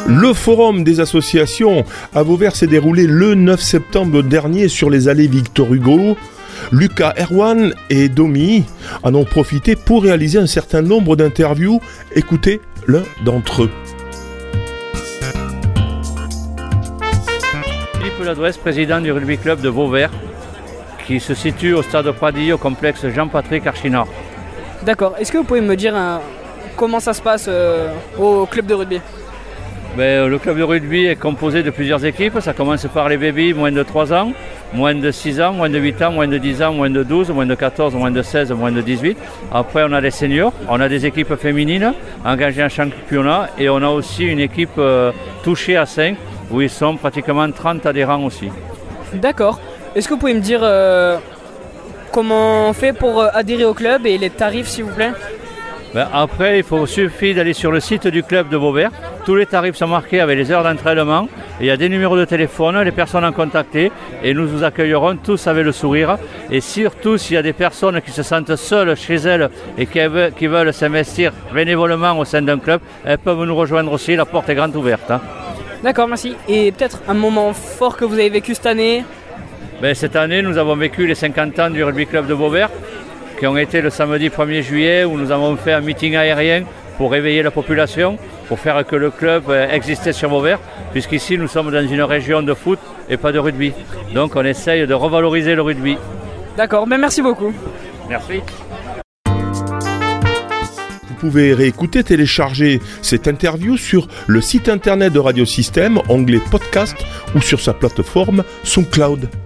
Le forum des associations à Vauvert s'est déroulé le 9 septembre dernier sur les allées Victor Hugo. Lucas, Erwan et Domi en ont profité pour réaliser un certain nombre d'interviews. Écoutez l'un d'entre eux. Philippe Ladouès, président du rugby club de Vauvert, qui se situe au stade Pradille, au complexe Jean-Patrick Archinard. D'accord. Est-ce que vous pouvez me dire comment ça se passe au club de rugby ? Le club de rugby est composé de plusieurs équipes. Ça commence par les bébés, moins de 3 ans, moins de 6 ans, moins de 8 ans, moins de 10 ans, moins de 12, moins de 14, moins de 16, moins de 18. Après, on a les seniors, on a des équipes féminines engagées en championnat et on a aussi une équipe touchée à 5 où ils sont pratiquement 30 adhérents aussi. D'accord. Est-ce que vous pouvez me dire comment on fait pour adhérer au club et les tarifs, s'il vous plaît ? Après, il suffit d'aller sur le site du club de Vauvert. Tous les tarifs sont marqués avec les heures d'entraînement. Il y a des numéros de téléphone, les personnes à contacter et nous vous accueillerons tous avec le sourire. Et surtout, s'il y a des personnes qui se sentent seules chez elles et qui veulent s'investir bénévolement au sein d'un club, elles peuvent nous rejoindre aussi, la porte est grande ouverte. D'accord, merci. Et peut-être un moment fort que vous avez vécu cette année ? Cette année, nous avons vécu les 50 ans du rugby club de Vauvert, qui ont été le samedi 1er juillet où nous avons fait un meeting aérien pour réveiller la population, pour faire que le club existait sur Vauvert, puisqu'ici nous sommes dans une région de foot et pas de rugby. Donc on essaye de revaloriser le rugby. D'accord, merci beaucoup. Merci. Vous pouvez réécouter, télécharger cette interview sur le site internet de Radio Système, onglet podcast ou sur sa plateforme SoundCloud.